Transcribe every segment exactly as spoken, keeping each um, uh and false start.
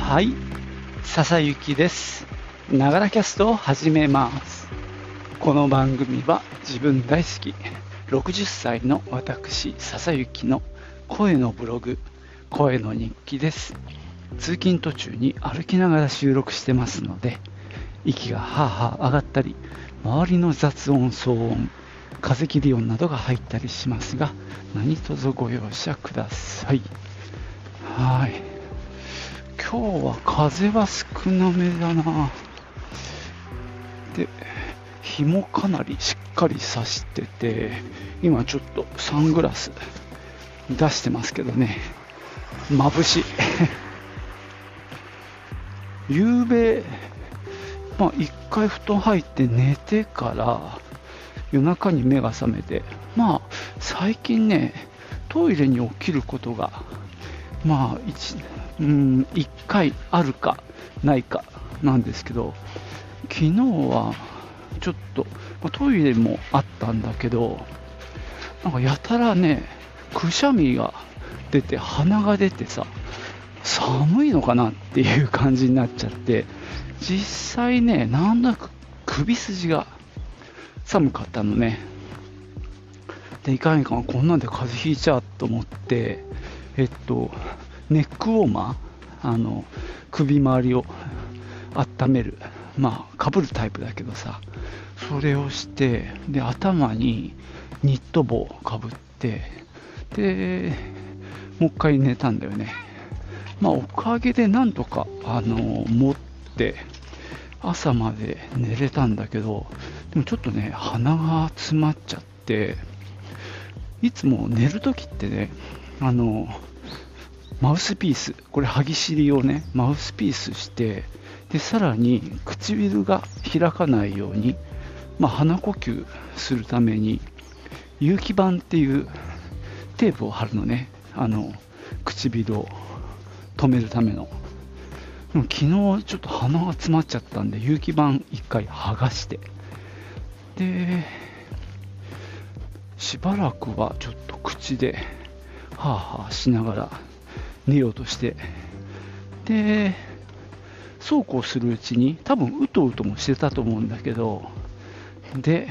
はい、笹幸です。ながらキャストを始めます。この番組は自分大好きろくじゅっさいの私笹幸の声のブログ、声の日記です。通勤途中に歩きながら収録してますので、息がはあはあ上がったり、周りの雑音、騒音、風切り音などが入ったりしますが、何卒ご容赦ください。はい。今日は風は少なめだな。で、日もかなりしっかり差してて、今ちょっとサングラス出してますけどね、眩しい。夕べ、まあ一回布団入って寝てから夜中に目が覚めて、まあ最近ね、トイレに起きることがまあ一うんいっかいあるかないかなんですけど、昨日はちょっと、まあ、トイレもあったんだけど、なんかやたらね、くしゃみが出て鼻が出てさ、寒いのかなっていう感じになっちゃって、実際ね、なんだか首筋が寒かったのね。で、いかんいかん、こんなんで風邪ひいちゃうと思って、えっとネックウォーマー、あの首周りを温める、まあかぶるタイプだけどさ、それをして、で頭にニット帽をかぶって、でもう一回寝たんだよね。まあおかげでなんとかあの持って朝まで寝れたんだけど、でもちょっとね、鼻が詰まっちゃって、いつも寝るときってね、あのマウスピース、これ歯ぎしりをね、マウスピースして、でさらに唇が開かないように、まあ、鼻呼吸するために有気板っていうテープを貼るのね、あの唇を止めるための。でも昨日ちょっと鼻が詰まっちゃったんで、有気板一回剥がして、でしばらくはちょっと口ではあはあしながら寝ようとして、でそうこうするうちに多分うとうともしてたと思うんだけど、で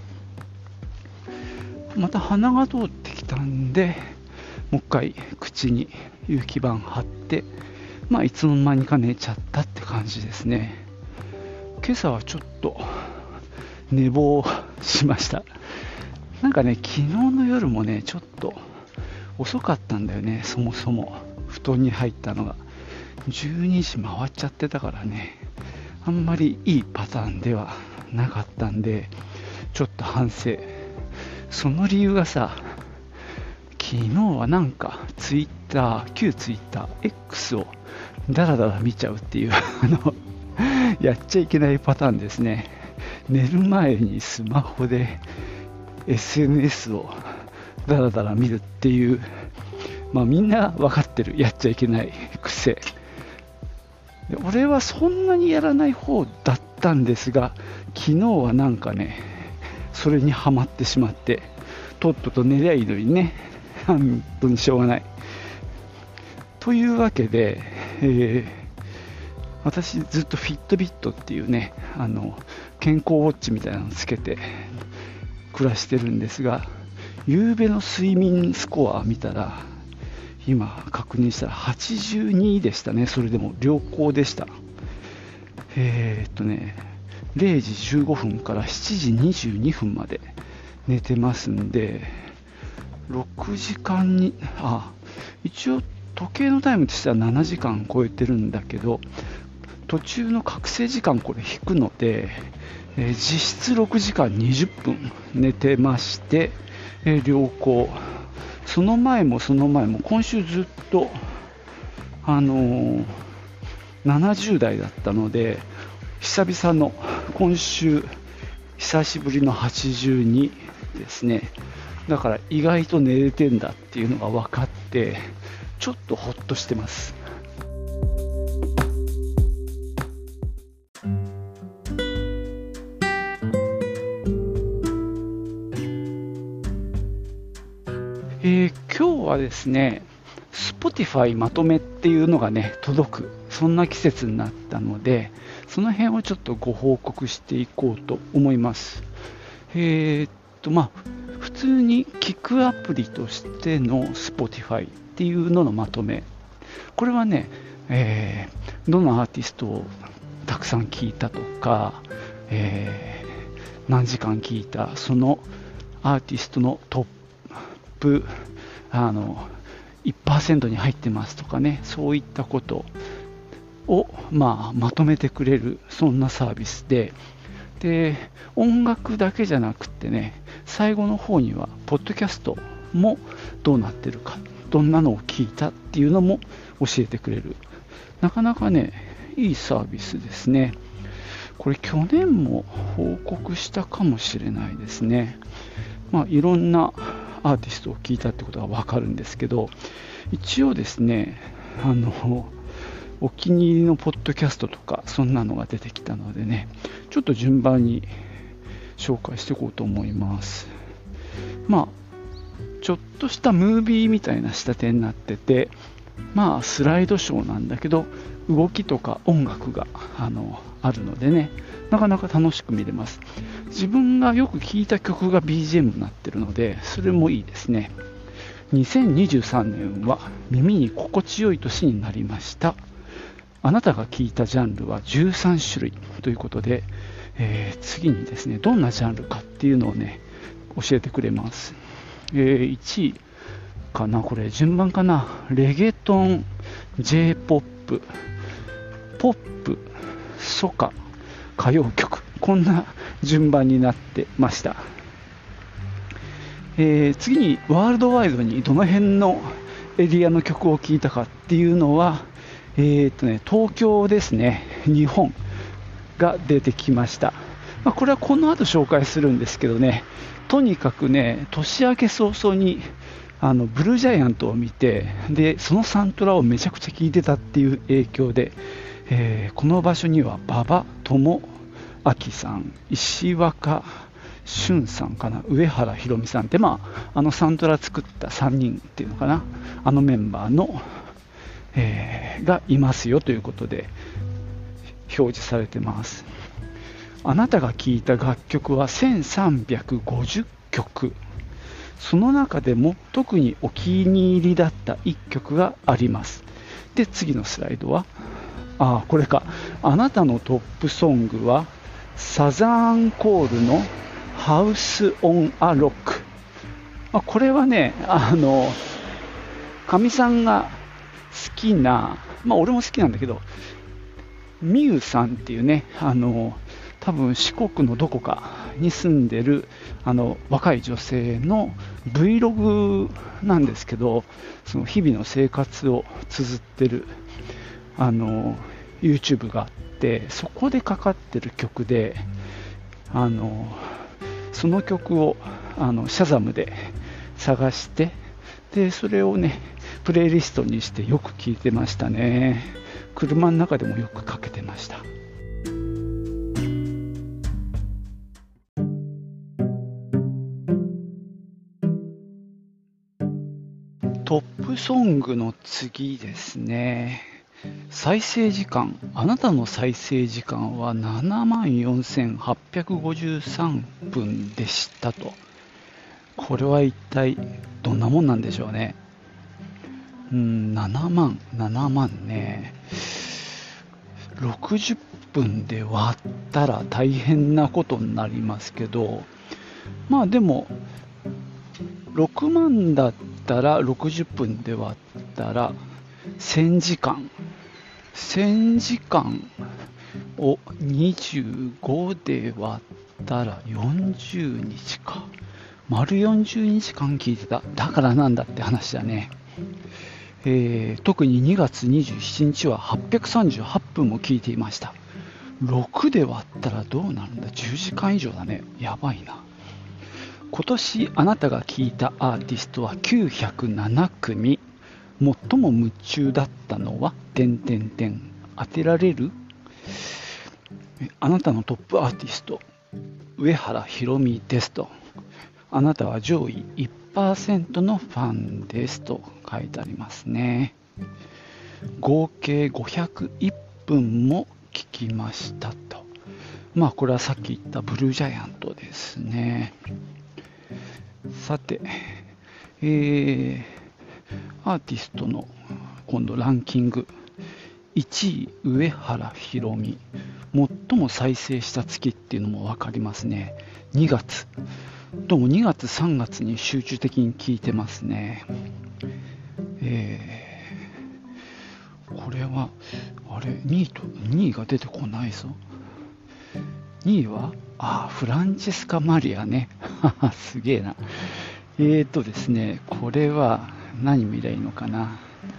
また鼻が通ってきたんで、もう一回口に有気板貼って、まあいつの間にか寝ちゃったって感じですね。今朝はちょっと寝坊しました。なんかね、昨日の夜もね、ちょっと遅かったんだよね。そもそも布団に入ったのがじゅうにじ回っちゃってたからね、あんまりいいパターンではなかったんで、ちょっと反省。その理由がさ、昨日はなんかツイッター、旧ツイッター X をダラダラ見ちゃうっていうあのやっちゃいけないパターンですね。寝る前にスマホで エスエヌエス をダラダラ見るっていう、まあみんな分かってる、やっちゃいけない癖。で、俺はそんなにやらない方だったんですが、昨日はなんかね、それにはまってしまって、とっとと寝りゃいいのにね、本当にしょうがない。というわけで、えー、私ずっとフィットビットっていうね、あの健康ウォッチみたいなのをつけて暮らしてるんですが、夕べの睡眠スコア見たら、今確認したらはちじゅうにでしたね。それでも良好でした。えー、っとねれいじじゅうごふんからしちじにじゅうにふんまで寝てますんで、ろくじかんに、あ、一応時計のタイムとしてはななじかん超えてるんだけど、途中の覚醒時間これ引くので、えー、実質ろくじかんにじゅっぷん寝てまして、えー、良好。その前もその前も今週ずっとあのー、ななじゅう代だったので、久々の今週久しぶりのはちじゅうにですね。だから意外と寝れてんだっていうのが分かって、ちょっとほっとしてます。えー、今日はですね、Spotify まとめっていうのがね、届くそんな季節になったので、その辺をちょっとご報告していこうと思います。えー、っとまあ普通に聞くアプリとしての Spotify っていうののまとめ、これはね、えー、どのアーティストをたくさん聞いたとか、えー、何時間聞いた、そのアーティストのトップあの いちパーセント に入ってますとかね、そういったことを、まあ、まとめてくれる、そんなサービスで、で音楽だけじゃなくてね、最後の方にはポッドキャストもどうなってるか、どんなのを聞いたっていうのも教えてくれる、なかなかねいいサービスですね。これ去年も報告したかもしれないですね。まあいろんなアーティストを聞いたってことが分かるんですけど、一応ですね、あのお気に入りのポッドキャストとかそんなのが出てきたのでね、ちょっと順番に紹介していこうと思います。まあちょっとしたムービーみたいな仕立てになってて、まあスライドショーなんだけど動きとか音楽があのあるのでね、なかなか楽しく見れます。自分がよく聴いた曲が ビージーエム になってるので、それもいいですね。にせんにじゅうさんねんは耳に心地よい年になりました。あなたが聴いたジャンルはじゅうさんしゅるいということで、えー、次にですね、どんなジャンルかっていうのをね教えてくれます。えー、いちいかな、これ順番かな、レゲトン、 J-ポップ、ポップ、ソカ、歌謡曲、こんな順番になってました。えー、次にワールドワイドにどの辺のエリアの曲を聴いたかっていうのは、えーとね、東京ですね、日本が出てきました。まあ、これはこの後紹介するんですけどね、とにかくね、年明け早々にあのブルージャイアントを見て、でそのサントラをめちゃくちゃ聴いてたっていう影響で、えー、この場所には馬場智章さん、石若俊さんかな、上原ひろみさんって、まあ、あのサントラ作ったさんにんっていうのかな、あのメンバーの、えー、がいますよということで表示されてます。あなたが聴いた楽曲はせんさんびゃくごじゅっきょく、その中でも特にお気に入りだったいっきょくがあります。で次のスライドは、あこれか、あなたのトップソングはサザーンコールのハウス・オン・ア・ロック。まあ、これはね、あのかみさんが好きな、まあ俺も好きなんだけど、みゆさんっていうね、あの多分四国のどこかに住んでるあの若い女性の Vlog なんですけど、その日々の生活を綴ってるあの YouTube があって、そこでかかってる曲で、あのその曲をあのシャザムで探して、でそれをねプレイリストにしてよく聴いてましたね。車の中でもよくかけてました。トップソングの次ですね。再生時間、あなたの再生時間はななまんよんせんはっぴゃくごじゅうさんぷんでしたと。これは一体どんなもんなんでしょうね。うーん、ななまん、ななまんね。ろくじゅっぷんで割ったら大変なことになりますけど、まあでもろくまんだったらろくじゅっぷんで割ったらせんじかん、せんじかんをにじゅうごで割ったらよんじゅうにちか。丸よんじゅうにちかん聞いてた。だからなんだって話だね。えー、特ににがつにじゅうしちにちははっぴゃくさんじゅうはっぷんも聞いていました。ろくで割ったらどうなるんだ。じゅうじかん以上だね。やばいな。今年あなたが聴いたアーティストはきゅうひゃくななくみ。最も夢中だったのは点点点。当てられる？あなたのトップアーティスト上原ひろみですと。あなたは上位 いちパーセント のファンですと書いてありますね。 合計ごひゃくいっぷんも聴きましたと。まあこれはさっき言ったブルージャイアントですね。さて、えー、アーティストの今度ランキングいちい上原ひろみ、最も再生した月っていうのも分かりますね。にがつ、どうもにがつさんがつに集中的に聴いてますね。えー、これはあれにいとにいが出てこないぞ。にいはあフランチェスカ・マリアねすげえな。えーとですねこれは何見りゃいいのかな。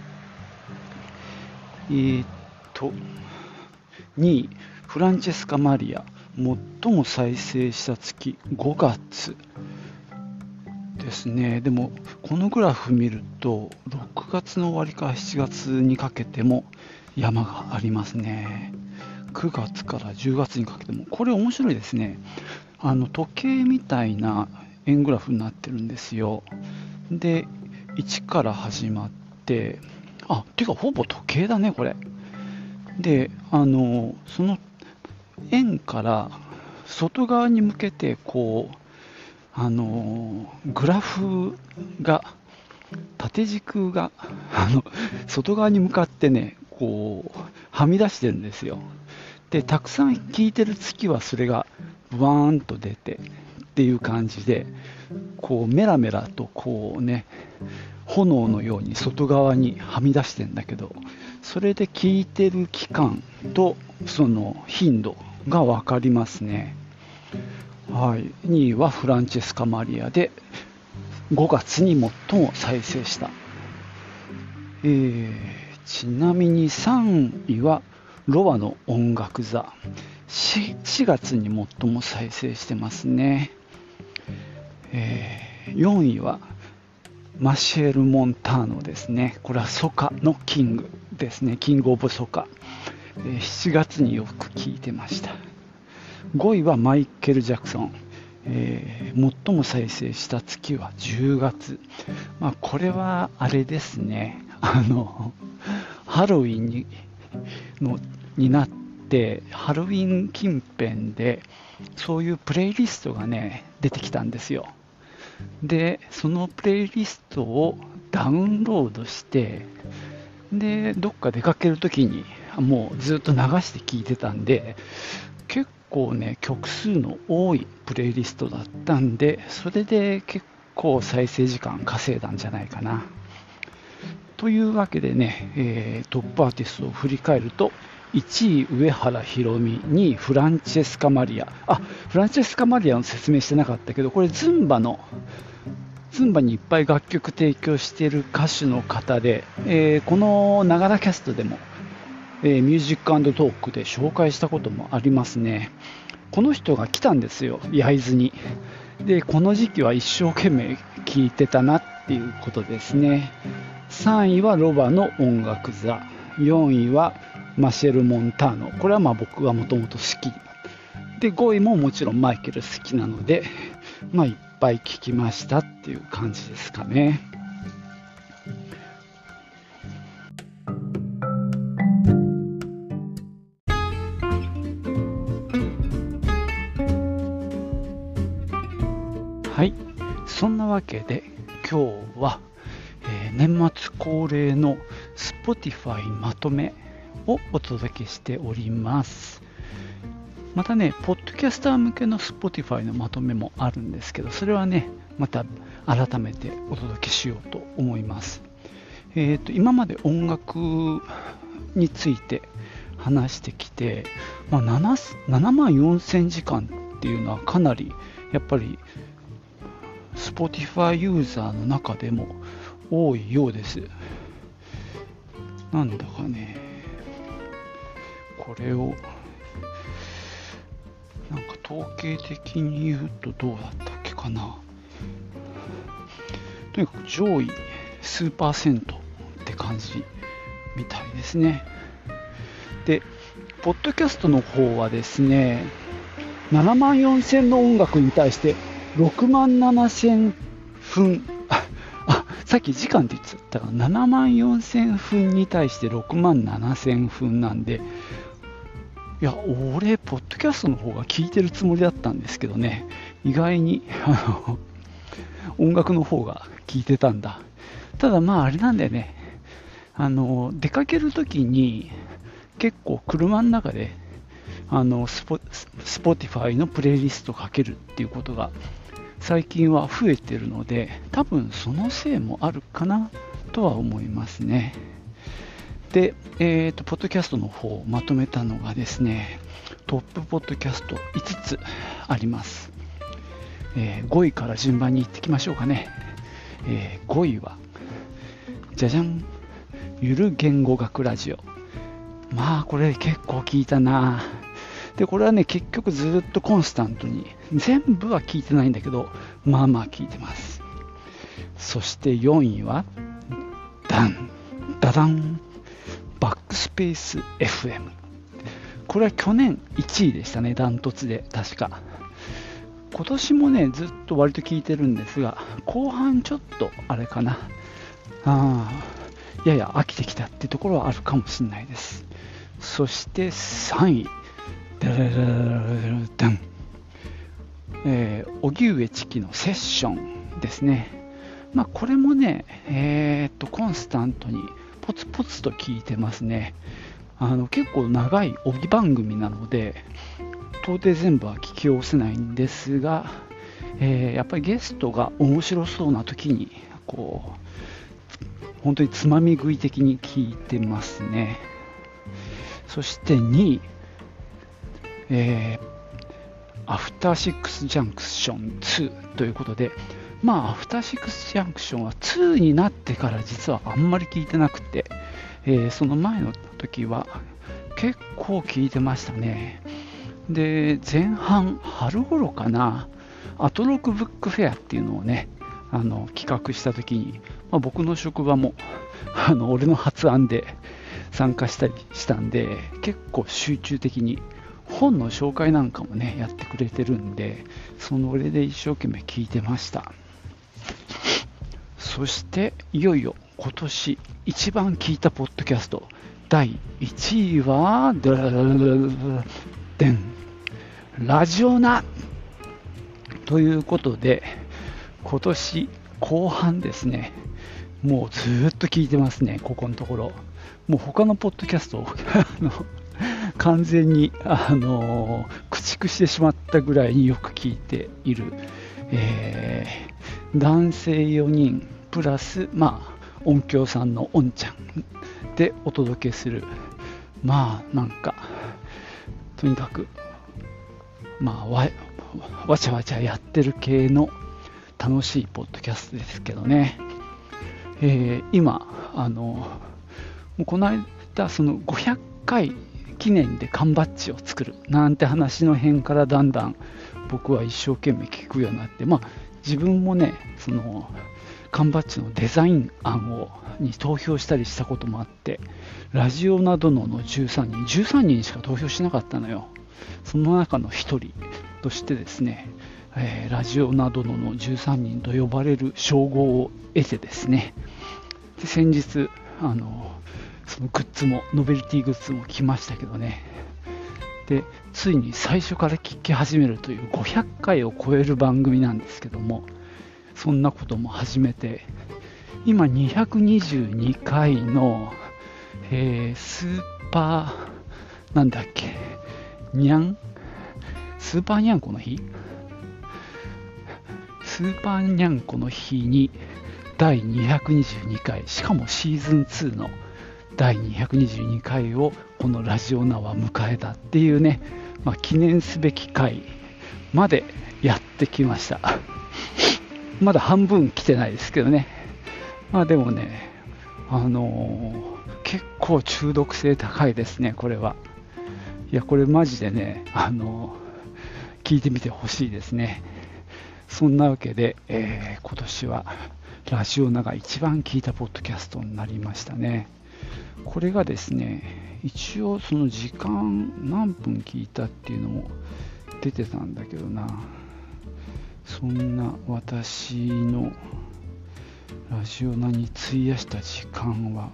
えーとにいフランチェスカ・マリア、最も再生した月ごがつですね。でもこのグラフ見るとろくがつの終わりからしちがつにかけても山がありますね。くがつからじゅうがつにかけても、これ面白いですね。あの時計みたいな円グラフになってるんですよ。でいちから始まって、あてかほぼ時計だねこれで、あのその円から外側に向けてこうあのグラフが縦軸があの外側に向かってねこうはみ出してるんですよ。でたくさん効いてる月はそれがブワーンと出てっていう感じで、こうメラメラとこうね炎のように外側にはみ出してんだけど、それで効いてる期間とその頻度が分かりますね。はい、にいはフランチェスカ・マリアでごがつに最も再生した。えー、ちなみにさんいはロバの音楽座、しがつに最も再生してますね。えー、よんいはマシェル・モンターノですね。これはソカのキングですね。キング・オブ・ソカ、えー、しちがつによく聴いてました。ごいはマイケル・ジャクソン、えー、最も再生した月はじゅうがつ、まあ、これはあれですね、あのハロウィンにのになってハロウィン近辺でそういうプレイリストがね出てきたんですよ。でそのプレイリストをダウンロードして、でどっか出かけるときにもうずっと流して聴いてたんで、結構ね曲数の多いプレイリストだったんで、それで結構再生時間稼いだんじゃないかな。というわけでね、えー、トップアーティストを振り返るといちい上原ひろみ、にいフランチェスカ・マリア、あフランチェスカ・マリアの説明してなかったけど、これズンバのズンバにいっぱい楽曲提供している歌手の方で、えー、このながらキャストでも、えー、ミュージック&トークで紹介したこともありますね。この人が来たんですよ、焼津に。でこの時期は一生懸命聴いてたなっていうことですね。さんいはロバの音楽座、よんいはマシェル・モンターノ、これはまあ僕がもともと好きで、ごいももちろんマイケル好きなので、まあいっぱい聴きましたっていう感じですかね。はい、そんなわけで今日は、えー、年末恒例の Spotify まとめをお届けしております。またね、ポッドキャスター向けの Spotify のまとめもあるんですけど、それはね、また改めてお届けしようと思います。えーと、今まで音楽について話してきて、まあ、ななまんよんせんじかんっていうのはかなりやっぱりSpotify ユーザーの中でも多いようです。なんだかね、これをなんか統計的に言うとどうだったっけかな。とにかく上位数パーセントって感じみたいですね。で、ポッドキャストの方はですね、ななまんよんせんの音楽に対してろくまんななせんふんあさっき時間って言ってたからななまんよんせんふんに対してろくまんななせんふんなんで、いや、俺、ポッドキャストの方が聞いてるつもりだったんですけどね、意外にあの音楽の方が聞いてたんだ。ただまああれなんだよね、あの出かけるときに結構車の中であのスポ、スポティファイのプレイリストかけるっていうことが最近は増えてるので、多分そのせいもあるかなとは思いますね。で、えーと、ポッドキャストの方をまとめたのがですね、トップポッドキャストいつつあります。えー、ごいから順番にいってきましょうかね。えー、ごいは、じゃじゃん、ゆる言語学ラジオ。まあ、これ結構聞いたな。で、これはね、結局ずっとコンスタントに、全部は聞いてないんだけど、まあまあ聞いてます。そしてよんいは、ダン、ダダン、バックスペース エフエム。これは去年いちいでしたね、ダントツで、確か。今年もね、ずっと割と聞いてるんですが、後半ちょっとあれかな。ああ、やや飽きてきたってところはあるかもしれないです。そしてさんい、ダララララダン、えー、荻上チキのセッションですね。まあ、これもね、えー、っとコンスタントにポツポツと聞いてますね。あの結構長い帯番組なので到底全部は聞き下ろせないんですが、えー、やっぱりゲストが面白そうな時にこう本当につまみ食い的に聞いてますね。そしてにい、えー、アフターシックスジャンクションツーということで、まあアフターシックスジャンクションはツーになってから実はあんまり聞いてなくて、えー、その前の時は結構聞いてましたね。で、前半春頃かな、アトロクブックフェアっていうのをね、あの企画した時に、まあ、僕の職場もあの俺の発案で参加したりしたんで、結構集中的に本の紹介なんかもねやってくれてるんで、その俺で一生懸命聞いてました。そしていよいよ今年一番聞いたポッドキャストだいいちいはでんラジオナということで、今年後半ですね、もうずっと聞いてますね。ここのところもう他のポッドキャストを完全にあの駆逐してしまったぐらいによく聞いている、えー、男性よにんプラス、まあ、音響さんのおんちゃんでお届けする、まあなんかとにかくまあわわちゃわちゃやってる系の楽しいポッドキャストですけどね、えー、今あのもうこの間そのごひゃっかい記念で缶バッジを作るなんて話の辺からだんだん僕は一生懸命聞くようになって、まあ自分もねその缶バッジのデザイン案をに投票したりしたこともあって、ラジオなどののじゅうさんにんじゅうさんにんしか投票しなかったのよ。その中のひとりとしてですね、えー、ラジオなどののじゅうさんにんと呼ばれる称号を得てですね、で先日あのそのグッズもノベルティグッズも来ましたけどね、でついに最初から聞き始めるというごひゃっかいを超える番組なんですけども、そんなことも始めて今にひゃくにじゅうにかいの、えー、スーパーなんだっけにゃんスーパーにゃんこの日スーパーにゃんこの日にだいにひゃくにじゅうにかい、しかもシーズンツーのだいにひゃくにじゅうにかいをこのラジオナは迎えたっていうね、まあ、記念すべき回までやってきました。まだ半分来てないですけどね。まあでもね、あのー、結構中毒性高いですね、これは。いや、これマジでね、あのー、聞いてみてほしいですね。そんなわけで、えー、今年はラジオナが一番聞いたポッドキャストになりましたね。これがですね、一応その時間何分聞いたっていうのも出てたんだけどな、そんな私のラジオナに費やした時間は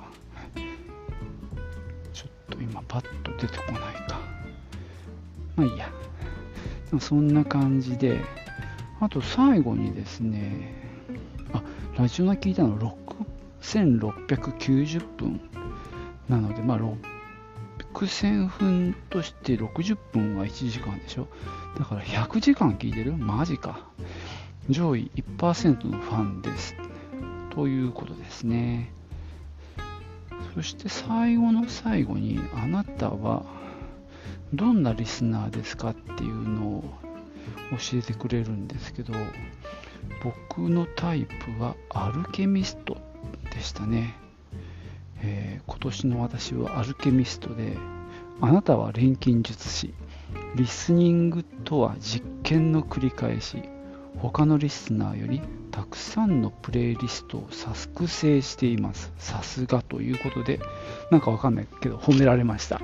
ちょっと今パッと出てこないか。まあいいや。でもそんな感じで、あと最後にですね、あ、ラジオナ聞いたのろくせんろっぴゃくきゅうじゅっぷんなので、まあろくせんぷんとしてろくじゅっぷんはいちじかんでしょ。だからひゃくじかん聞いてる？マジか。上位 いちパーセント のファンです。ということですね。そして最後の最後に、あなたはどんなリスナーですかっていうのを教えてくれるんですけど、僕のタイプはアルケミストでしたね。えー今年の私はアルケミストで、あなたは錬金術師。リスニングとは実験の繰り返し。他のリスナーよりたくさんのプレイリストを作成しています。さすがということで、なんかわかんないけど褒められました。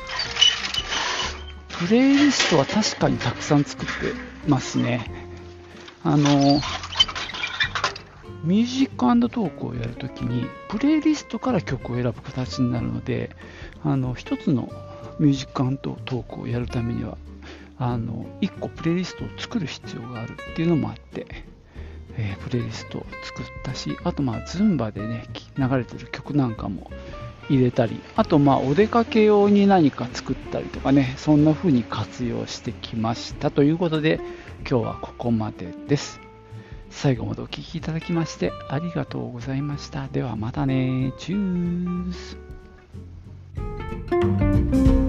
プレイリストは確かにたくさん作ってますね。あのミュージック&トークをやるときにプレイリストから曲を選ぶ形になるので、あの一つのミュージック&トークをやるためにはあのいっこプレイリストを作る必要があるっていうのもあって、えープレイリストを作ったし、あとまあズンバでね流れてる曲なんかも入れたり、あとまあお出かけ用に何か作ったりとかね、そんな風に活用してきましたということで、今日はここまでです。最後までお聞きいただきましてありがとうございました。ではまたね。チュース。